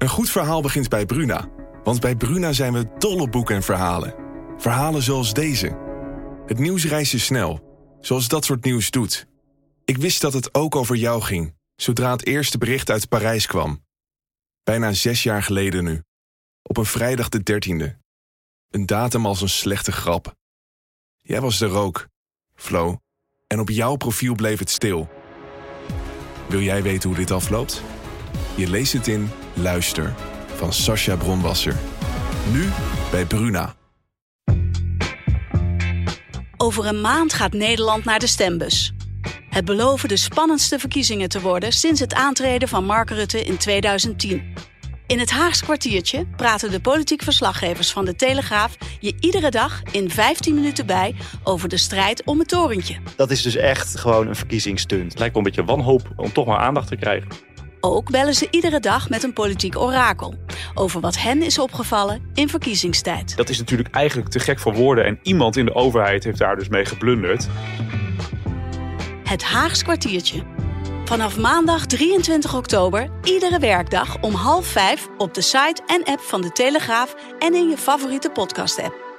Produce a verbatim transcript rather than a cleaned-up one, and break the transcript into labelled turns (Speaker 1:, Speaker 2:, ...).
Speaker 1: Een goed verhaal begint bij Bruna. Want bij Bruna zijn we dol op boeken en verhalen. Verhalen zoals deze. Het nieuws reist je snel, zoals dat soort nieuws doet. Ik wist dat het ook over jou ging, zodra het eerste bericht uit Parijs kwam. Bijna zes jaar geleden nu. Op een vrijdag de dertiende. Een datum als een slechte grap. Jij was er ook, Flo. En op jouw profiel bleef het stil. Wil jij weten hoe dit afloopt? Je leest het in Luister van Sascha Bronwasser. Nu bij Bruna.
Speaker 2: Over een maand gaat Nederland naar de stembus. Het beloven de spannendste verkiezingen te worden sinds het aantreden van Mark Rutte in tweeduizend tien. In het Haags kwartiertje praten de politiek verslaggevers van de Telegraaf je iedere dag in vijftien minuten bij over de strijd om het torentje.
Speaker 3: Dat is dus echt gewoon een verkiezingsstunt.
Speaker 4: Het lijkt wel een beetje wanhoop om toch maar aandacht te krijgen.
Speaker 2: Ook bellen ze iedere dag met een politiek orakel over wat hen is opgevallen in verkiezingstijd.
Speaker 4: Dat is natuurlijk eigenlijk te gek voor woorden en iemand in de overheid heeft daar dus mee geblunderd.
Speaker 2: Het Haags kwartiertje. Vanaf maandag drieëntwintig oktober, iedere werkdag om half vijf op de site en app van de Telegraaf en in je favoriete podcast-app.